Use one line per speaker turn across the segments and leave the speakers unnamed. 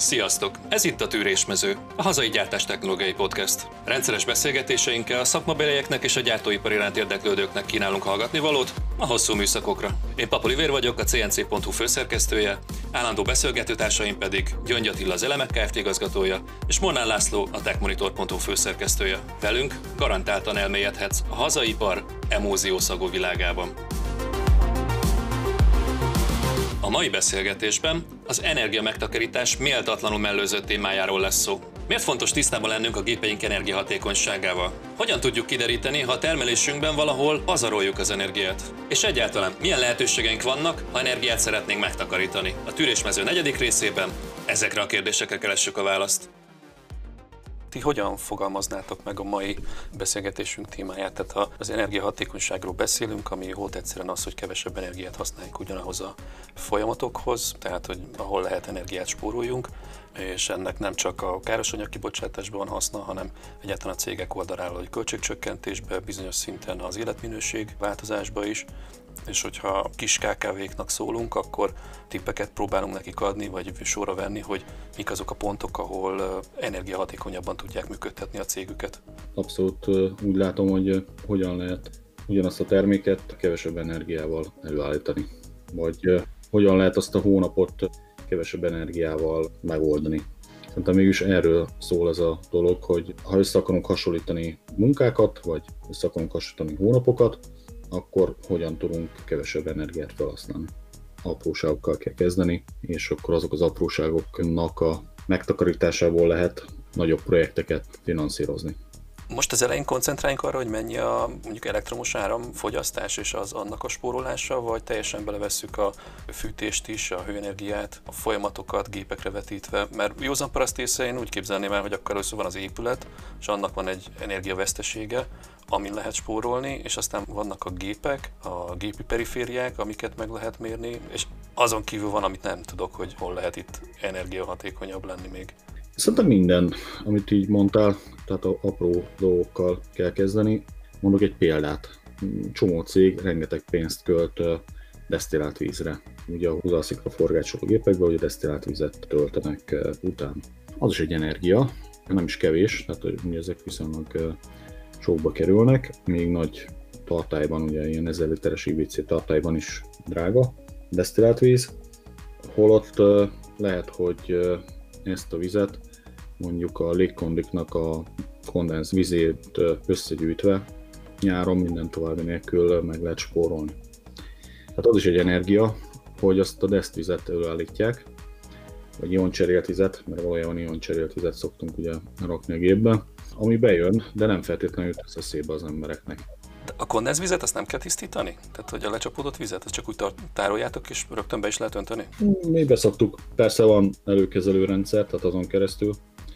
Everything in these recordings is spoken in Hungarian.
Sziasztok! Ez itt a Tűrésmező, a hazai gyártástechnológiai podcast. Rendszeres beszélgetéseinkkel a szakmabelieknek és a gyártóipar iránt érdeklődőknek kínálunk hallgatnivalót a hosszú műszakokra. Én Pap Olivér vagyok, a CNC.hu főszerkesztője, állandó beszélgetőtársaim pedig Gyöngy Attila, az Elemek Kft. Igazgatója, és Molnár László, a Techmonitor.hu főszerkesztője. Velünk garantáltan elmélyedhetsz a hazaipar emóziószagú világában. A mai beszélgetésben az energia megtakarítás méltatlanul mellőzött témájáról lesz szó. Miért fontos tisztában lennünk a gépeink energiahatékonyságával? Hogyan tudjuk kideríteni, ha a termelésünkben valahol pazaroljuk az energiát? És egyáltalán milyen lehetőségeink vannak, ha energiát szeretnénk megtakarítani? A Tűrésmező 4. részében ezekre a kérdésekre keressük a választ. Ti hogyan fogalmaznátok meg a mai beszélgetésünk témáját? Tehát ha az energiahatékonyságról beszélünk, ami volt egyszerűen az, hogy kevesebb energiát használjunk ugyanahoz a folyamatokhoz, tehát hogy ahol lehet energiát spóroljunk, és ennek nem csak a károsanyag kibocsátásban van haszna, hanem egyáltalán a cégek oldaláról, hogy költségcsökkentésbe, bizonyos szinten az életminőség változásba is. És hogyha kis KKV-knak szólunk, akkor tippeket próbálunk nekik adni, vagy sorra venni, hogy mik azok a pontok, ahol energiahatékonyabban tudják működtetni a cégüket.
Abszolút úgy látom, hogy hogyan lehet ugyanazt a terméket kevesebb energiával előállítani. Vagy hogyan lehet azt a hónapot kevesebb energiával megoldani. Szerintem mégis erről szól ez a dolog, hogy ha össze akarunk hasonlítani munkákat, vagy össze akarunk hasonlítani hónapokat, akkor hogyan tudunk kevesebb energiát felhasználni. Apróságokkal kell kezdeni, és akkor azok az apróságoknak a megtakarításából lehet nagyobb projekteket finanszírozni.
Most az elején koncentráljunk arra, hogy mennyi a mondjuk elektromos áramfogyasztás és az annak a spórolása, vagy teljesen belevesszük a fűtést is, a hőenergiát, a folyamatokat gépekre vetítve, mert józan paraszt észre én úgy képzelném el, hogy akkor először van az épület, és annak van egy energiavesztesége, amin lehet spórolni, és aztán vannak a gépek, a gépi perifériák, amiket meg lehet mérni, és azon kívül van, amit nem tudok, hogy hol lehet itt energiahatékonyabb lenni még.
Szerintem minden, amit így mondtál, tehát apró dolgokkal kell kezdeni. Mondok egy példát. Csomó cég rengeteg pénzt költ desztillált vízre. Ugye a húzalszikra forgácsoló gépekben, hogy a desztillált vizet töltenek után. Az is egy energia, nem is kevés, tehát ugye ezek viszonylag sokba kerülnek, még nagy tartályban, ugye ilyen 1000 literes IBC tartályban is drága desztillált víz, holott lehet, hogy ezt a vizet mondjuk a légkondiknak a kondenz vizét összegyűjtve nyáron minden további nélkül meg lehet spórolni. Tehát az is egy energia, hogy azt a desztvizet előállítják, vagy ioncserélt vizet, mert valójában ioncserélt vizet szoktunk ugye rakni a gépbe, ami bejön, de nem feltétlenül jut eszébe az embereknek.
A kondenzvizet azt nem kell tisztítani? Tehát, hogy a lecsapódott vizet, azt csak úgy tároljátok, és rögtön be is lehet önteni?
Mi beszoktuk. Persze van előkezelő rendszer, tehát azon keresztül,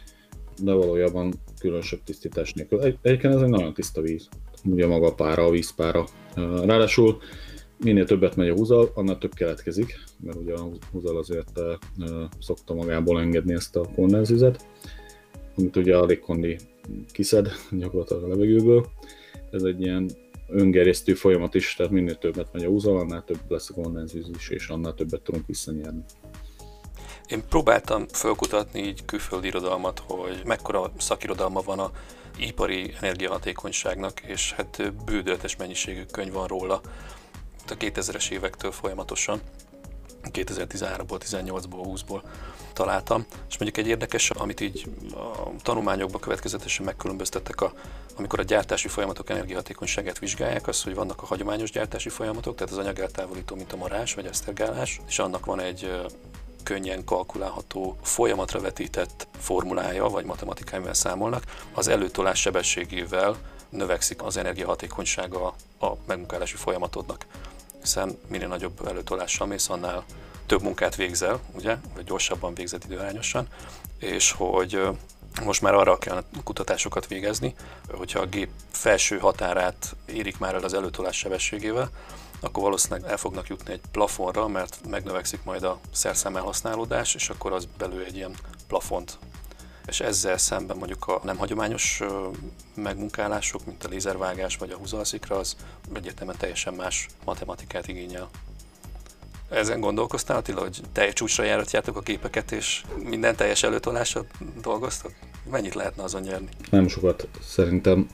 de valójában különösebb tisztítás nélkül. Egyébként ez egy nagyon tiszta víz. Ugye maga a pára, a vízpára. Ráadásul minél többet megy a húzal, annál több keletkezik, mert ugye a húzal azért szokta magából engedni ezt a kondenzvizet, amit ugye a légkondi kiszed gyakorlatilag a levegőből. Ez egy ilyen öngerjesztő folyamat is, tehát minél többet megy a húzal, annál több lesz a kondenzvíz is, és annál többet tudunk visszanyerni.
Én próbáltam felkutatni így külföldi irodalmat, hogy mekkora szakirodalma van a ipari energiahatékonyságnak, és hát bődöletes mennyiségű könyv van róla a 2000-es évektől folyamatosan. 2013-ból, 18-ból, 20-ból találtam. És mondjuk egy érdekes, amit így a tanulmányokban következetesen megkülönböztettek, amikor a gyártási folyamatok energiahatékonyságát vizsgálják, az, hogy vannak a hagyományos gyártási folyamatok, tehát az anyageltávolító, mint a marás vagy esztergálás, és annak van egy könnyen kalkulálható, folyamatra vetített formulája, vagy matematikájával számolnak, az előtolás sebességével növekszik az energiahatékonysága a megmunkálási folyamatodnak. Hiszen minél nagyobb előtolással mész, annál több munkát végzel, ugye, vagy gyorsabban végzed időarányosan, és hogy most már arra kell kutatásokat végezni, hogyha a gép felső határát érik már el az előtolás sebességével, akkor valószínűleg el fognak jutni egy plafonra, mert megnövekszik majd a szerszám elhasználódás, és akkor az belül egy ilyen plafont. És ezzel szemben mondjuk a nem hagyományos megmunkálások, mint a lézervágás vagy a húzalszikra, az egyértelműen teljesen más matematikát igényel. Ezen gondolkoztál, Attila, hogy csúcsra járatjátok a gépeket, és minden teljes előtolással dolgoztok? Mennyit lehetne azon nyerni?
Nem sokat, szerintem.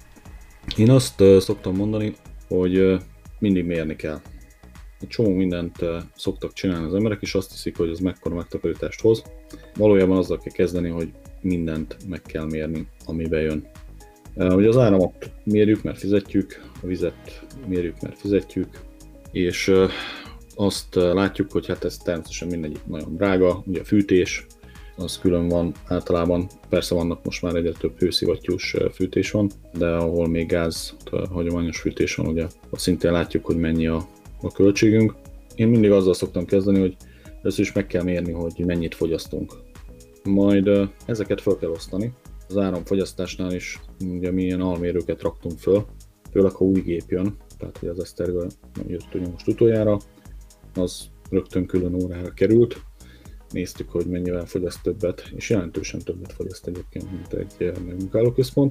Én azt szoktam mondani, hogy mindig mérni kell. Egy csomó mindent szoktak csinálni az emberek, és azt hiszik, hogy ez mekkora megtakarítást hoz. Valójában azzal kell kezdeni, hogy mindent meg kell mérni, ami bejön. Ugye az áramot mérjük, mert fizetjük, a vizet mérjük, mert fizetjük, és azt látjuk, hogy hát ez természetesen mindegyik nagyon drága, ugye a fűtés, az külön van általában, persze vannak most már egyre több hőszivattyús fűtés van, de ahol még gáz, hagyományos fűtés van, ugye ott szintén látjuk, hogy mennyi a költségünk. Én mindig azzal szoktam kezdeni, hogy először is meg kell mérni, hogy mennyit fogyasztunk. Majd ezeket fel kell osztani. Az áramfogyasztásnál is ugye mi ilyen almérőket raktunk föl, főleg ha új gép jön, tehát hogy az Esztergől jött ugye most utoljára, az rögtön külön órára került. Néztük, hogy mennyivel fogyaszt többet, és jelentősen többet fogyaszt egyébként, mint egy megmunkálóközpont.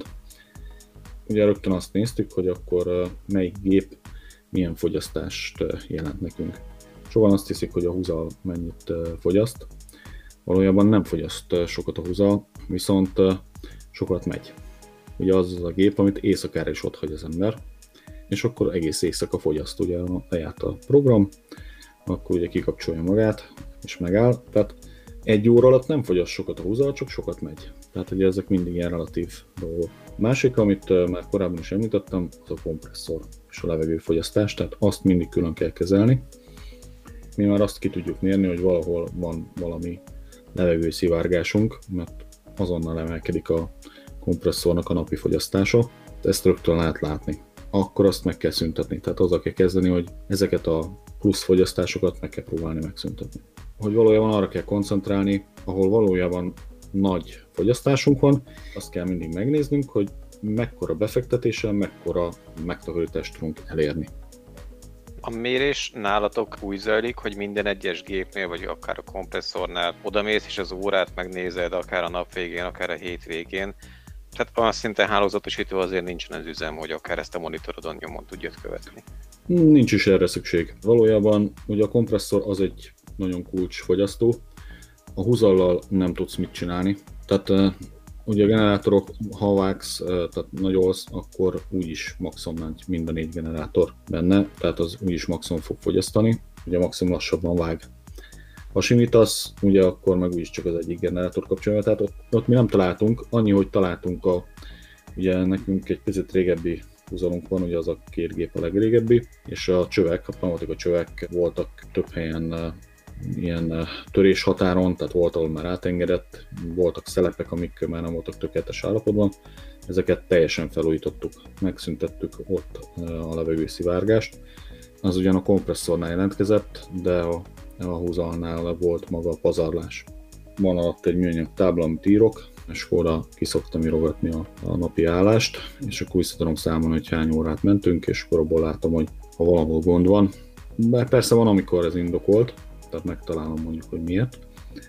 Ugye rögtön azt néztük, hogy akkor melyik gép milyen fogyasztást jelent nekünk. Sokan azt hiszik, hogy a húzal mennyit fogyaszt. Valójában nem fogyaszt sokat a húzal, viszont sokat megy. Ugye az a gép, amit éjszakára is otthagy az ember, és akkor egész éjszaka fogyaszt. Ugye lejárt a program, akkor ugye kikapcsolja magát, és megáll. Tehát egy óra alatt nem fogyaszt sokat a húzal, csak sokat megy. Tehát ugye ezek mindig ilyen relatív dolgok. Másik, amit már korábban is említettem, az a kompresszor és a levegőfogyasztás, tehát azt mindig külön kell kezelni. Mi már azt ki tudjuk mérni, hogy valahol van valami levegőszivárgásunk, mert azonnal emelkedik a kompresszornak a napi fogyasztása. Ezt rögtön lehet látni. Akkor azt meg kell szüntetni. Tehát azzal kell kezdeni, hogy ezeket a plusz fogyasztásokat meg kell próbálni megszüntetni. Hogy valójában arra kell koncentrálni, ahol valójában nagy fogyasztásunk van, azt kell mindig megnéznünk, hogy mekkora befektetéssel, mekkora megtakarítást tudunk elérni.
A mérés nálatok úgy zajlik, hogy minden egyes gépnél, vagy akár a kompresszornál odamész, és az órát megnézed, akár a nap végén, akár a hét végén. Tehát olyan szinten hálózatosítva azért nincsen az üzem, hogy akár ezt a monitorodon nyomon tudjad követni.
Nincs is erre szükség. Valójában ugye a kompresszor az egy nagyon kulcsfogyasztó. A húzallal nem tudsz mit csinálni. Tehát ugye a generátorok, ha vágsz, tehát nagyolsz, akkor úgyis maximum mind a 4 generátor benne, tehát az úgyis maximum fog fogyasztani, ugye maximum lassabban vág. Ha simítasz, ugye akkor meg úgyis csak az egyik generátor kapcsolja, tehát ott mi nem találtunk, annyi, hogy találtunk ugye nekünk egy picit régebbi húzalunk van, ugye az a 2 gép a legrégebbi, és a csövek, a pneumatika csövek voltak több helyen ilyen törés határon, tehát volt, ahol már átengedett, voltak szelepek, amik már nem voltak tökéletes állapotban, ezeket teljesen felújítottuk, megszüntettük ott a levegőszivárgást. Az ugyan a kompresszornál jelentkezett, de a húzalnál volt maga a pazarlás. Van alatt egy műanyag tábla, amit írok, és akkor ki szoktam írogatni a napi állást, és akkor vissza tudom számolni, hogy hány órát mentünk, és akkor abból látom, hogy ha valahol gond van. Bár persze van, amikor ez indokolt, tehát megtalálom mondjuk, hogy miért,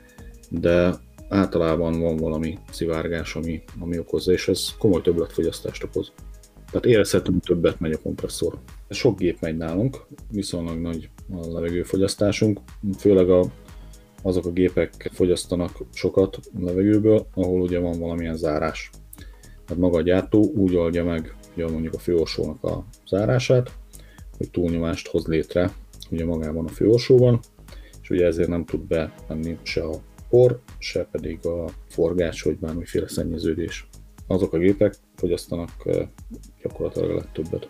de általában van valami szivárgás, ami okozza, és ez komoly többletfogyasztást okoz. Tehát érezhetően többet megy a kompresszor. Sok gép megy nálunk, viszonylag nagy a levegőfogyasztásunk, főleg azok a gépek fogyasztanak sokat levegőből, ahol ugye van valamilyen zárás. Tehát maga a gyártó úgy oldja meg ugye mondjuk a főorsónak a zárását, hogy túlnyomást hoz létre ugye magában a főorsóban, és ugye ezért nem tud bemenni se a por, se pedig a forgács, vagy bármiféle szennyeződés. Azok a gépek fogyasztanak gyakorlatilag a legtöbbet.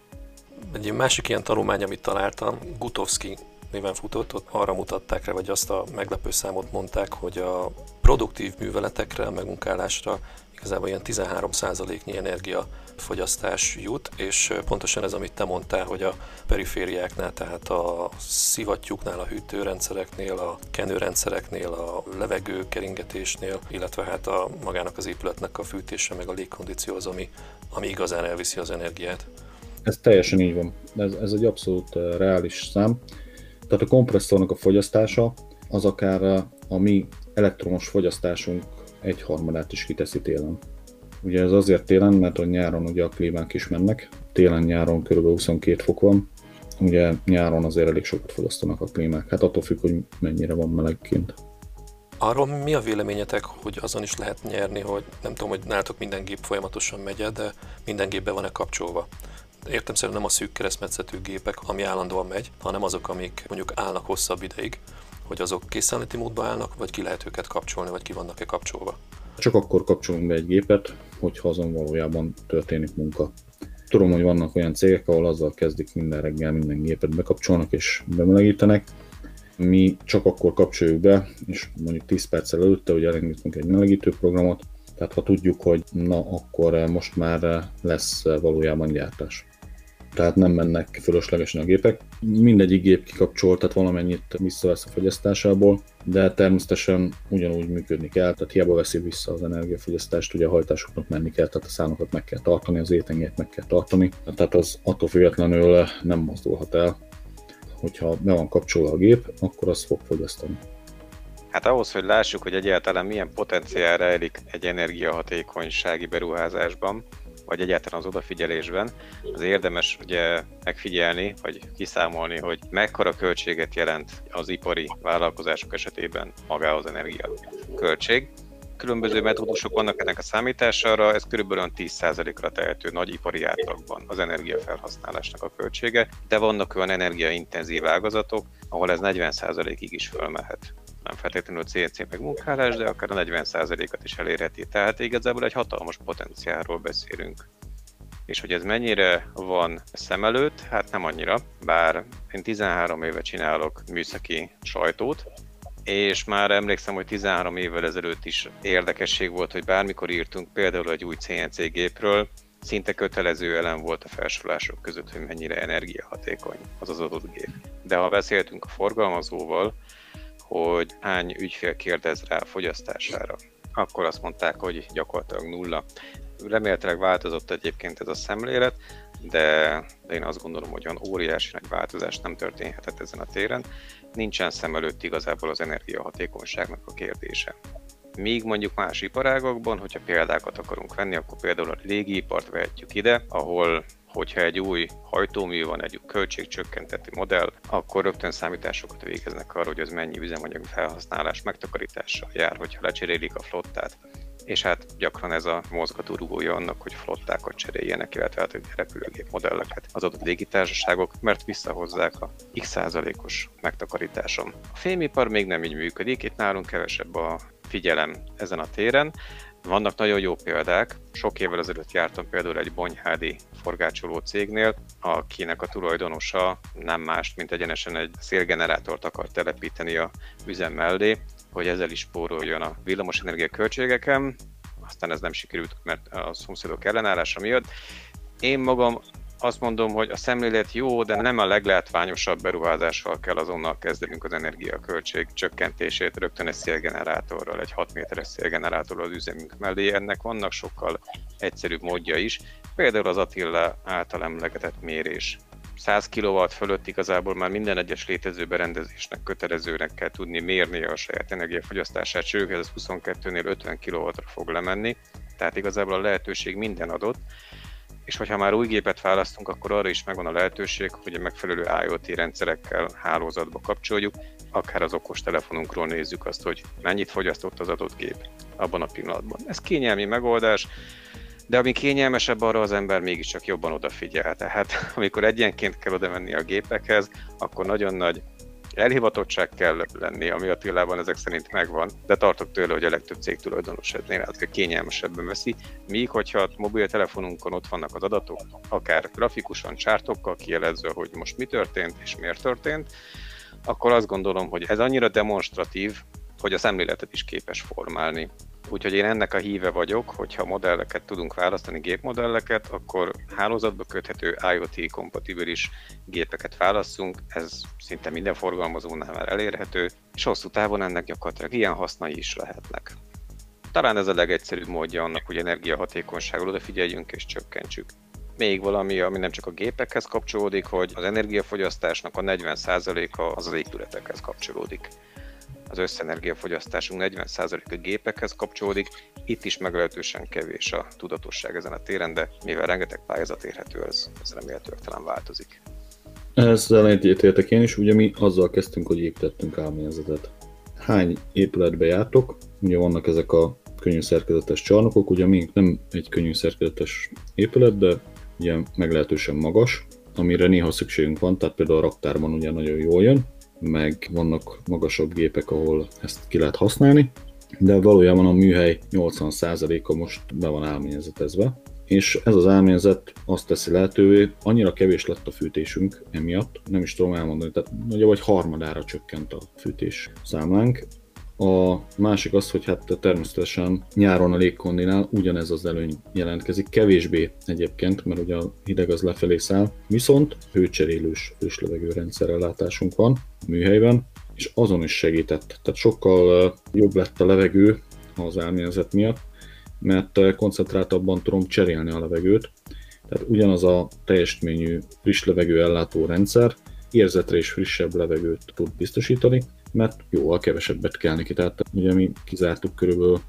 Egy másik ilyen tanulmány, amit találtam, Gutovski néven futott, ott arra mutatták rá, vagy azt a meglepő számot mondták, hogy a produktív műveletekre, a megmunkálásra igazából ilyen 13%-nyi energiafogyasztás jut, és pontosan ez, amit te mondtál, hogy a perifériáknál, tehát a szivattyúknál, a hűtőrendszereknél, a kenőrendszereknél, a levegőkeringetésnél, illetve hát magának az épületnek a fűtése, meg a légkondíció az, ami igazán elviszi az energiát.
Ez teljesen így van. Ez egy abszolút reális szám. Tehát a kompresszornak a fogyasztása az akár a mi elektromos fogyasztásunk 1/3 is kiteszi télen. Ugye ez azért télen, mert a nyáron ugye a klímák is mennek. Télen-nyáron kb. 22 fok van. ugye nyáron azért elég sokat fogyasztanak a klímák. Hát attól függ, hogy mennyire van meleg kint.
Arról mi a véleményetek, hogy azon is lehet nyerni, hogy nem tudom, hogy nálatok minden gép folyamatosan megy, de minden gépbe van-e kapcsolva? Értelemszerűen nem a szűk keresztmetszetű gépek, ami állandóan megy, hanem azok, amik mondjuk állnak hosszabb ideig, hogy azok készenléti módban állnak, vagy ki lehet őket kapcsolni, vagy ki vannak-e kapcsolva?
Csak akkor kapcsolunk be egy gépet, hogyha azon valójában történik munka. Tudom, hogy vannak olyan cégek, ahol azzal kezdik minden reggel, minden gépet bekapcsolnak és bemelegítenek. Mi csak akkor kapcsoljuk be, és mondjuk 10 perccel előtte, hogy elindítunk egy melegítő programot, tehát ha tudjuk, hogy na akkor most már lesz valójában gyártás. Tehát nem mennek fölöslegesen a gépek. Mindegyik gép kikapcsol, tehát valamennyit visszavesz a fogyasztásából, de természetesen ugyanúgy működni kell, tehát hiába veszi vissza az energiafogyasztást, ugye a hajtásoknak menni kell, tehát a számokat meg kell tartani, az étengelyt meg kell tartani, tehát az attól függetlenül nem mozdulhat el. Hogyha be van kapcsolva a gép, akkor az fog fogyasztani.
Hát ahhoz, hogy lássuk, hogy egyáltalán milyen potenciál rejlik egy energiahatékonysági beruházásban, vagy egyáltalán az odafigyelésben, az érdemes ugye megfigyelni, vagy kiszámolni, hogy mekkora költséget jelent az ipari vállalkozások esetében magához energia költség. Különböző metódusok vannak ennek a számítására, ez körülbelül 10%-ra tehető nagy ipari átlagban az energiafelhasználásnak a költsége, de vannak olyan energiaintenzív ágazatok, ahol ez 40%-ig is fölmehet. Nem feltétlenül CNC megmunkálás, de akár a 40%-at is elérheti. Tehát igazából egy hatalmas potenciálról beszélünk. És hogy ez mennyire van szem előtt, hát nem annyira, bár én 13 éve csinálok műszaki sajtót, és már emlékszem, hogy 13 évvel ezelőtt is érdekesség volt, hogy bármikor írtunk például egy új CNC gépről, szinte kötelező elem volt a felsorolások között, hogy mennyire energiahatékony az az adott gép. De ha beszéltünk a forgalmazóval, hogy hány ügyfél kérdez rá a fogyasztására, akkor azt mondták, hogy gyakorlatilag nulla. Remélhetőleg változott egyébként ez a szemlélet, de én azt gondolom, hogy olyan óriási nagy változás nem történhetett ezen a téren. Nincsen szem előtt igazából az energiahatékonyságnak a kérdése. Míg mondjuk más iparágokban, hogyha példákat akarunk venni, akkor például a légipart vehetjük ide, ahol hogyha egy új hajtómű van, egy költségcsökkenteti modell, akkor rögtön számításokat végeznek arra, hogy az mennyi üzemanyag felhasználás megtakarítással jár, hogyha lecserélik a flottát. És hát gyakran ez a mozgató rugója annak, hogy flottákat cseréljenek, illetve hát repülőgép modelleket az adott légitársaságok, mert visszahozzák a x% megtakarításon. A fémipar még nem így működik, itt nálunk kevesebb a figyelem ezen a téren. Vannak nagyon jó példák. Sok évvel ezelőtt jártam például egy bonyhádi forgácsoló cégnél, akinek a tulajdonosa nem más, mint egyenesen egy szélgenerátort akar telepíteni a üzem mellé, hogy ezzel is spóroljon a villamosenergia költségeken. Aztán ez nem sikerült, mert a szomszédok ellenállása miatt. Én magam azt mondom, hogy a szemlélet jó, de nem a leglátványosabb beruházással kell azonnal kezdenünk az energiaköltség csökkentését, rögtön egy szélgenerátorral, egy 6 méteres szélgenerátorral az üzemünk mellé. Ennek vannak sokkal egyszerűbb módja is, például az Attila által emlegetett mérés. 100 kW fölött igazából már minden egyes létező berendezésnek kötelezőnek kell tudni mérnie a saját energiafogyasztását, sőt ez 22-nél 50 kW-ra fog lemenni, tehát igazából a lehetőség minden adott. És hogyha már új gépet választunk, akkor arra is megvan a lehetőség, hogy a megfelelő IoT rendszerekkel hálózatba kapcsoljuk, akár az okostelefonunkról nézzük azt, hogy mennyit fogyasztott az adott gép abban a pillanatban. Ez kényelmi megoldás, de ami kényelmesebb, arra az ember mégiscsak jobban odafigyel. Tehát amikor egyenként kell oda menni a gépekhez, akkor nagyon nagy elhivatottság kell lenni, ami Attilában ezek szerint megvan, de tartok tőle, hogy a legtöbb cég tulajdonos ennél kényelmesebben veszi, míg hogyha mobiltelefonunkon ott vannak az adatok, akár grafikusan, csártokkal kijelezve, hogy most mi történt és miért történt, akkor azt gondolom, hogy ez annyira demonstratív, hogy a szemléletet is képes formálni. Úgyhogy én ennek a híve vagyok, hogyha modelleket tudunk választani, gépmodelleket, akkor hálózatba köthető IoT-kompatibilis gépeket válasszunk, ez szinte minden forgalmazónál már elérhető, és hosszú távon ennek gyakorlatilag ilyen hasznai is lehetnek. Talán ez a legegyszerűbb módja annak, hogy energiahatékonyságról odafigyeljünk és csökkentsük. Még valami, ami nem csak a gépekhez kapcsolódik, hogy az energiafogyasztásnak a 40%-a az épületekhez kapcsolódik. Az összenergiafogyasztásunk 40%-a gépekhez kapcsolódik, itt is meglehetősen kevés a tudatosság ezen a téren, de mivel rengeteg pályázat érhető, ez remélhetőleg talán változik.
Ezzel egyetértek én is, ugye mi azzal kezdtünk, hogy építettünk álményzetet. Hány épületbe jártok? Ugye vannak ezek a könnyű szerkezetes csarnokok, ugye miénk nem egy könnyű szerkezetes épület, de ugye meglehetősen magas, amire néha szükségünk van, tehát például a raktárban ugye nagyon jól jön, meg vannak magasabb gépek, ahol ezt ki lehet használni, de valójában a műhely 80%-a most be van álményzetezve, és ez az álményzet azt teszi lehetővé, annyira kevés lett a fűtésünk emiatt, nem is tudom elmondani, tehát nagyjából egy harmadára csökkent a fűtés számlánk. A másik az, hogy hát természetesen nyáron a légkondinál ugyanez az előny jelentkezik, kevésbé egyébként, mert ugye a hideg az lefelé száll, viszont hőcserélős őslevegőrendszerellátásunk van a műhelyben, és azon is segített. Tehát sokkal jobb lett a levegő az álményzet miatt, mert koncentráltabban tudom cserélni a levegőt. Tehát ugyanaz a teljesítményű friss levegő ellátó rendszer érzetre és frissebb levegőt tud biztosítani, mert jóval kevesebbet kell neki. Tehát ugye mi kizártuk körülbelül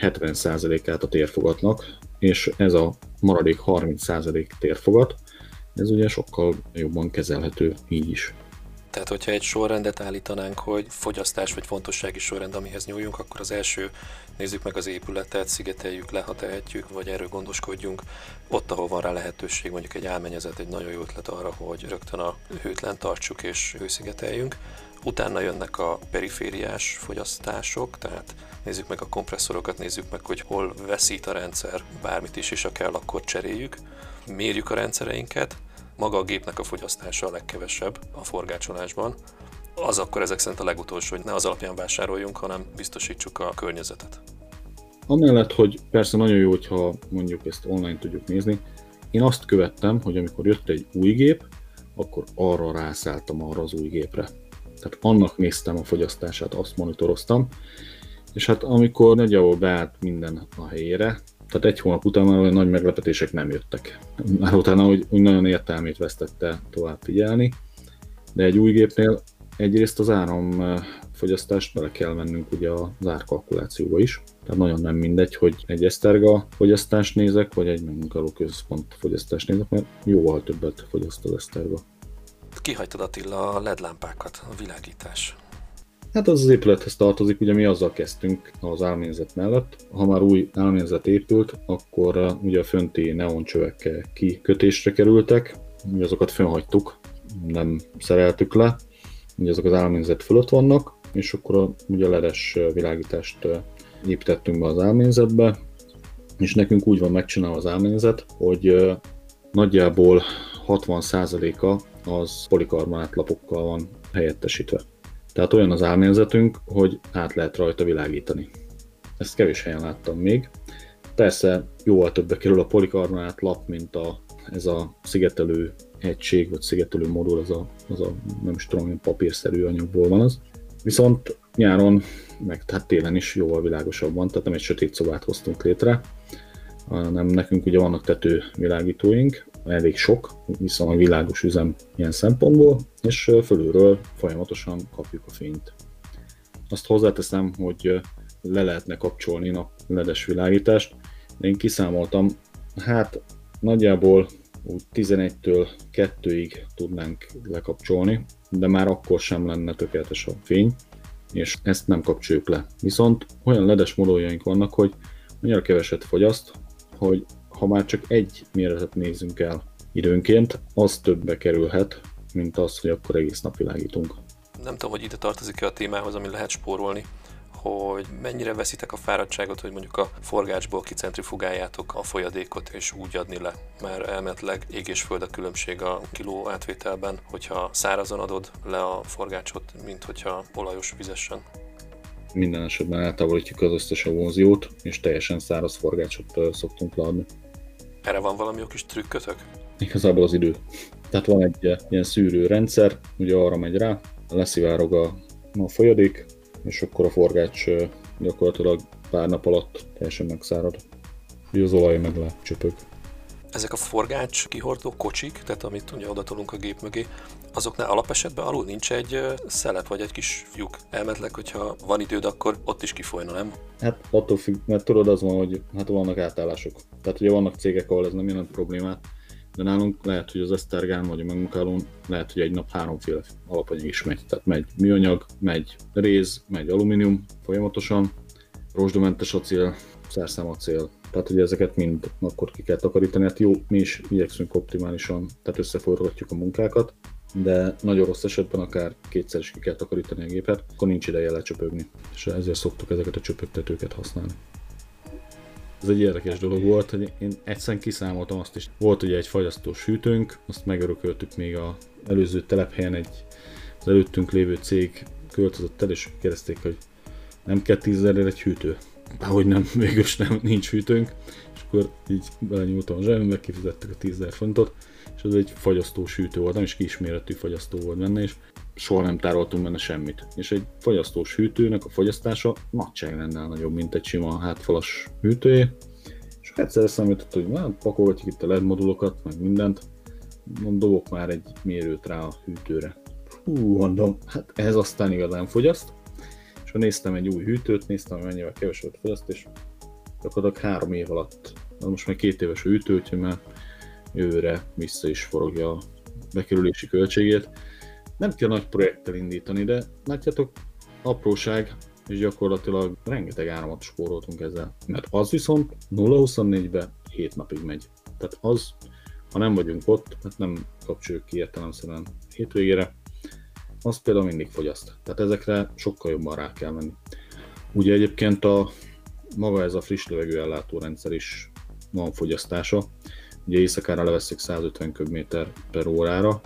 70%-át a térfogatnak, és ez a maradék 30% térfogat, ez ugye sokkal jobban kezelhető így is.
Tehát, hogyha egy sorrendet állítanánk, hogy fogyasztás vagy fontossági sorrend, amihez nyúljunk, akkor az első, nézzük meg az épületet, szigeteljük le, ha tehetjük, vagy erről gondoskodjunk. Ott, ahol van rá lehetőség, mondjuk egy álményezet, egy nagyon jó ötlet arra, hogy rögtön a hőt lent tartsuk és hőszigeteljünk. Utána jönnek a perifériás fogyasztások, tehát nézzük meg a kompresszorokat, nézzük meg, hogy hol veszít a rendszer, bármit is, és ha kell, akkor cseréljük. Mérjük a rendszereinket. Maga a gépnek a fogyasztása a legkevesebb a forgácsolásban. Az akkor ezek szerint a legutolsó, hogy ne az alapján vásároljunk, hanem biztosítsuk a környezetet.
Amellett, hogy persze nagyon jó, hogyha mondjuk ezt online tudjuk nézni, én azt követtem, hogy amikor jött egy új gép, akkor arra rászálltam arra az új gépre. Tehát annak néztem a fogyasztását, azt monitoroztam, és hát amikor nagyjából beállt minden a helyére, tehát egy hónap után már olyan nagy meglepetések nem jöttek. Már utána úgy nagyon értelmét vesztette tovább figyelni, de egy új gépnél egyrészt az áramfogyasztást bele kell vennünk ugye az árkalkulációba is. Tehát nagyon nem mindegy, hogy egy eszterga fogyasztást nézek, vagy egy megmunkálóközpont fogyasztást nézek, mert jóval többet fogyaszt az eszterga.
Kihagytad, Attila, a LED lámpákat, a világítás.
Hát az épülethez tartozik, ugye mi azzal kezdtünk az álményzet mellett. Ha már új álményzet épült, akkor ugye a fönti neoncsövek kikötésre kerültek, ugye azokat fennhagytuk, nem szereltük le, ugye azok az álményzet fölött vannak, és akkor ugye a LED-es világítást építettünk be az álményzetbe, és nekünk úgy van megcsinálva az álményzet, hogy nagyjából 60%-a az polikarbonát lapokkal van helyettesítve. Tehát olyan az álményzetünk, hogy át lehet rajta világítani. Ezt kevés helyen láttam még. Persze jóval többe kerül a polikarbonát lap, mint ez a szigetelő egység, vagy szigetelő modul, az a nem is tudom, milyen papírszerű anyagból van az. Viszont nyáron, meg hát télen is jóval világosabban, tehát nem egy sötét szobát hoztunk létre, hanem nekünk ugye vannak tetővilágítóink, elég sok, viszonylag világos üzem ilyen szempontból, és fölülről folyamatosan kapjuk a fényt. Azt hozzáteszem, hogy le lehetne kapcsolni a LED-es világítást, de én kiszámoltam, hát nagyjából 11-től 2-ig tudnánk lekapcsolni, de már akkor sem lenne tökéletes a fény, és ezt nem kapcsoljuk le. Viszont olyan LED-es moduljaink vannak, hogy annyira keveset fogyaszt, hogy ha már csak egy méretet nézzünk el időnként, az többbe kerülhet, mint az, hogy akkor egész nap világítunk.
Nem tudom, hogy ide tartozik-e a témához, ami lehet spórolni, hogy mennyire veszitek a fáradtságot, hogy mondjuk a forgácsból kicentrifugáljátok a folyadékot és úgy adni le, mert elméletileg ég és föld a különbség a kiló átvételben, hogyha szárazon adod le a forgácsot, mint hogyha olajos vizesen.
Minden esetben eltávolítjuk az összes avóziót, és teljesen száraz forgácsot szoktunk leadni.
Erre van valami jó kis trükkötök?
Igazából az idő. Tehát van egy ilyen szűrő rendszer, ugye arra megy rá, leszivárog a folyadék, és akkor a forgács gyakorlatilag pár nap alatt teljesen megszárad. Ugye az olaj meg lecsöpög.
Ezek a forgács kihordó kocsik, tehát amit ugye odatolunk a gép mögé, azoknál alapesetben alul nincs egy szelet vagy egy kis lyuk. Elméletileg, hogyha van időd, akkor ott is kifolyna, nem?
Hát attól függ, mert tudod, az van, hogy hát vannak átállások. Tehát ugye vannak cégek, ahol ez nem jelent problémát, De nálunk lehet, hogy az esztergán vagy a megmunkálón lehet, hogy egy nap 3 alapanyag is megy. Tehát megy műanyag, megy réz, megy alumínium folyamatosan, rozsdamentes acél, szerszámacél. Tehát ugye ezeket mind akkor ki kell takarítani. Hát jó, mi is igyekszünk optimálisan, tehát összeforgatjuk a munkákat, de nagyon rossz esetben akár kétszer is ki kell takarítani a gépet, akkor nincs ideje lecsöpögni. És ezért szoktuk ezeket a csöpögtetőket használni. Ez egy érdekes dolog volt, hogy én egyszerűen kiszámoltam azt is. Volt ugye egy fagyasztós hűtőnk, azt megörököltük még az előző telephelyen, az előttünk lévő cég költözött el, és kérdezték, hogy nem kell 10 000-ért egy hűtő. Ahogy nem, végülis nincs hűtőnk, és akkor így belenyúltam a zsebembe, kifizettük a 10 000 fontot, és ez egy fagyasztós hűtő volt, nem is kisméretű fagyasztó volt benne, és soha nem tároltunk benne semmit. És egy fagyasztós hűtőnek a fagyasztása nagyságrendel nagyobb, mint egy sima hátfalas hűtőjé. És egyszer eszembe jutott, hogy pakolgatjuk itt a LED modulokat, meg mindent, dobok már egy mérőt rá a hűtőre. Mondom, hát ez aztán igazán fogyaszt. És ha néztem egy új hűtőt, néztem, hogy mennyivel kevesebbet fogyaszt, és gyakorlatilag 3 év alatt, most már 2 éves a hűtő, úgyhogy már jövőre vissza is forogja a bekerülési költségét. Nem kell nagy projekttel indítani, de látjátok, apróság, és gyakorlatilag rengeteg áramot spóroltunk ezzel. Mert az viszont 0-24-be 7 napig megy. Tehát az, ha nem vagyunk ott, hát nem kapcsoljuk ki értelemszerűen hétvégére, az például mindig fogyaszt. Tehát ezekre sokkal jobban rá kell menni. Ugye egyébként maga ez a friss levegőellátó rendszer is van fogyasztása. Ugye éjszakára levesszük 150 köbméter/órára,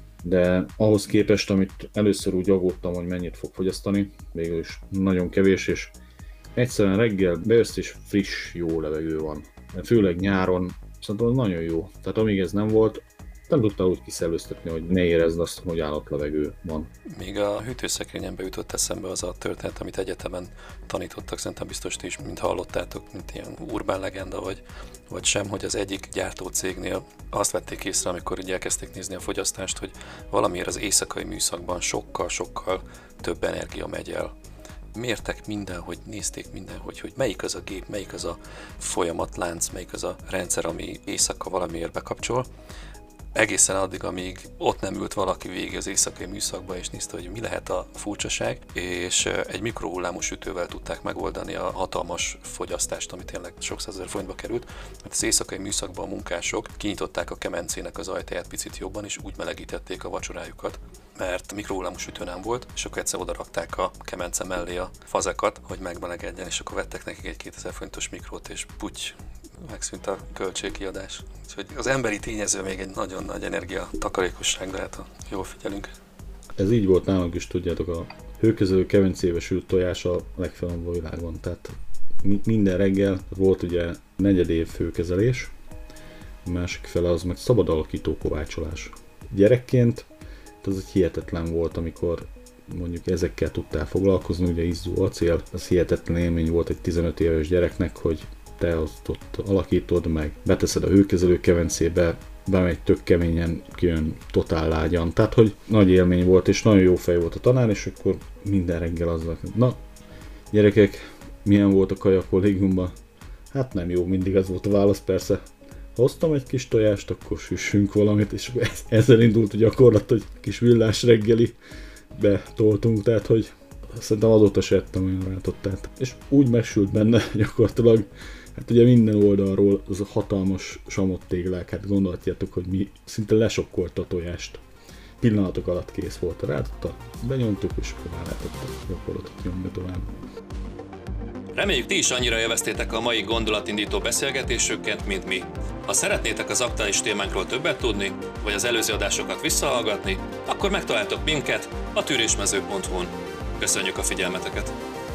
de ahhoz képest, amit először úgy aggódtam, hogy mennyit fog fogyasztani, végül is nagyon kevés, és egyszerűen reggel bejössz és friss, jó levegő van. Főleg nyáron, szerintem nagyon jó. Tehát amíg ez nem volt, nem tudtál úgy kiszellőztetni, hogy ne érezd azt, hogy állatlevegő van.
Még a hűtőszekrényembe jutott eszembe az a történet, amit egyetemen tanítottak, szerintem biztos ti is, mint hallottátok, mint ilyen urbán legenda, vagy sem, hogy az egyik gyártócégnél azt vették észre, amikor így elkezdték nézni a fogyasztást, hogy valamiért az éjszakai műszakban sokkal több energia megy el. Mértek mindenhogy, nézték mindenhogy, hogy melyik az a gép, melyik az a folyamatlánc, melyik az a rendszer, ami éjszaka valamiért bekapcsol. Egészen addig, amíg ott nem ült valaki végig az éjszakai műszakba, és nézte, hogy mi lehet a furcsaság, és egy mikrohullámos ütővel tudták megoldani a hatalmas fogyasztást, ami tényleg sok százezer forintba került. Mert az éjszakai műszakban a munkások kinyitották a kemencének az ajtaját picit jobban, és úgy melegítették a vacsorájukat, mert mikrohullámos ütő nem volt, és akkor egyszer oda rakták a kemence mellé a fazekat, hogy megmelegedjen, és akkor vettek nekik egy 2000 forintos mikrót, és puty, megszűnt a költségkiadás. Úgyhogy az emberi tényező még egy nagyon nagy energia takarékosság, de hát ha jól figyelünk.
Ez így volt nálunk is, tudjátok, a hőkezelő kemencébe sült tojás a legfelebb a világon. Tehát minden reggel volt ugye negyedév hőkezelés, a másik fele az meg szabad alakító kovácsolás. Gyerekként ez egy hihetetlen volt, amikor mondjuk ezekkel tudtál foglalkozni, ugye izzó acél, az hihetetlen élmény volt egy 15 éves gyereknek, hogy te azt ott alakítod meg, beteszed a hőkezelő kemencébe, bemegy tök keményen, kijön totál lágyan. Tehát, hogy nagy élmény volt, és nagyon jó fej volt a tanár, és akkor minden reggel azzal, na, gyerekek, milyen volt a kaja a kollégiumban? Hát nem jó, mindig az volt a válasz, persze. Hoztam egy kis tojást, akkor süssünk valamit, és ezzel indult a gyakorlat, hogy kis villás reggeli betoltunk, tehát, hogy szerintem azóta se ettem olyan rátottát. És úgy megsült benne gyakorlatilag, hát ugye minden oldalról az a hatalmas samottéglák, hát gondolhatjátok, hogy mi szinte lesokkolta a tojást. Pillanatok alatt kész volt a rátotta, benyomtuk, és akkor már lehetett a gyakorlatot nyomni tovább.
Reméljük, ti is annyira élveztétek a mai gondolatindító beszélgetésünket, mint mi. Ha szeretnétek az aktuális témánkról többet tudni, vagy az előző adásokat visszahallgatni, akkor megtaláltok minket a tűrésmező.hu-n. Köszönjük a figyelmeteket!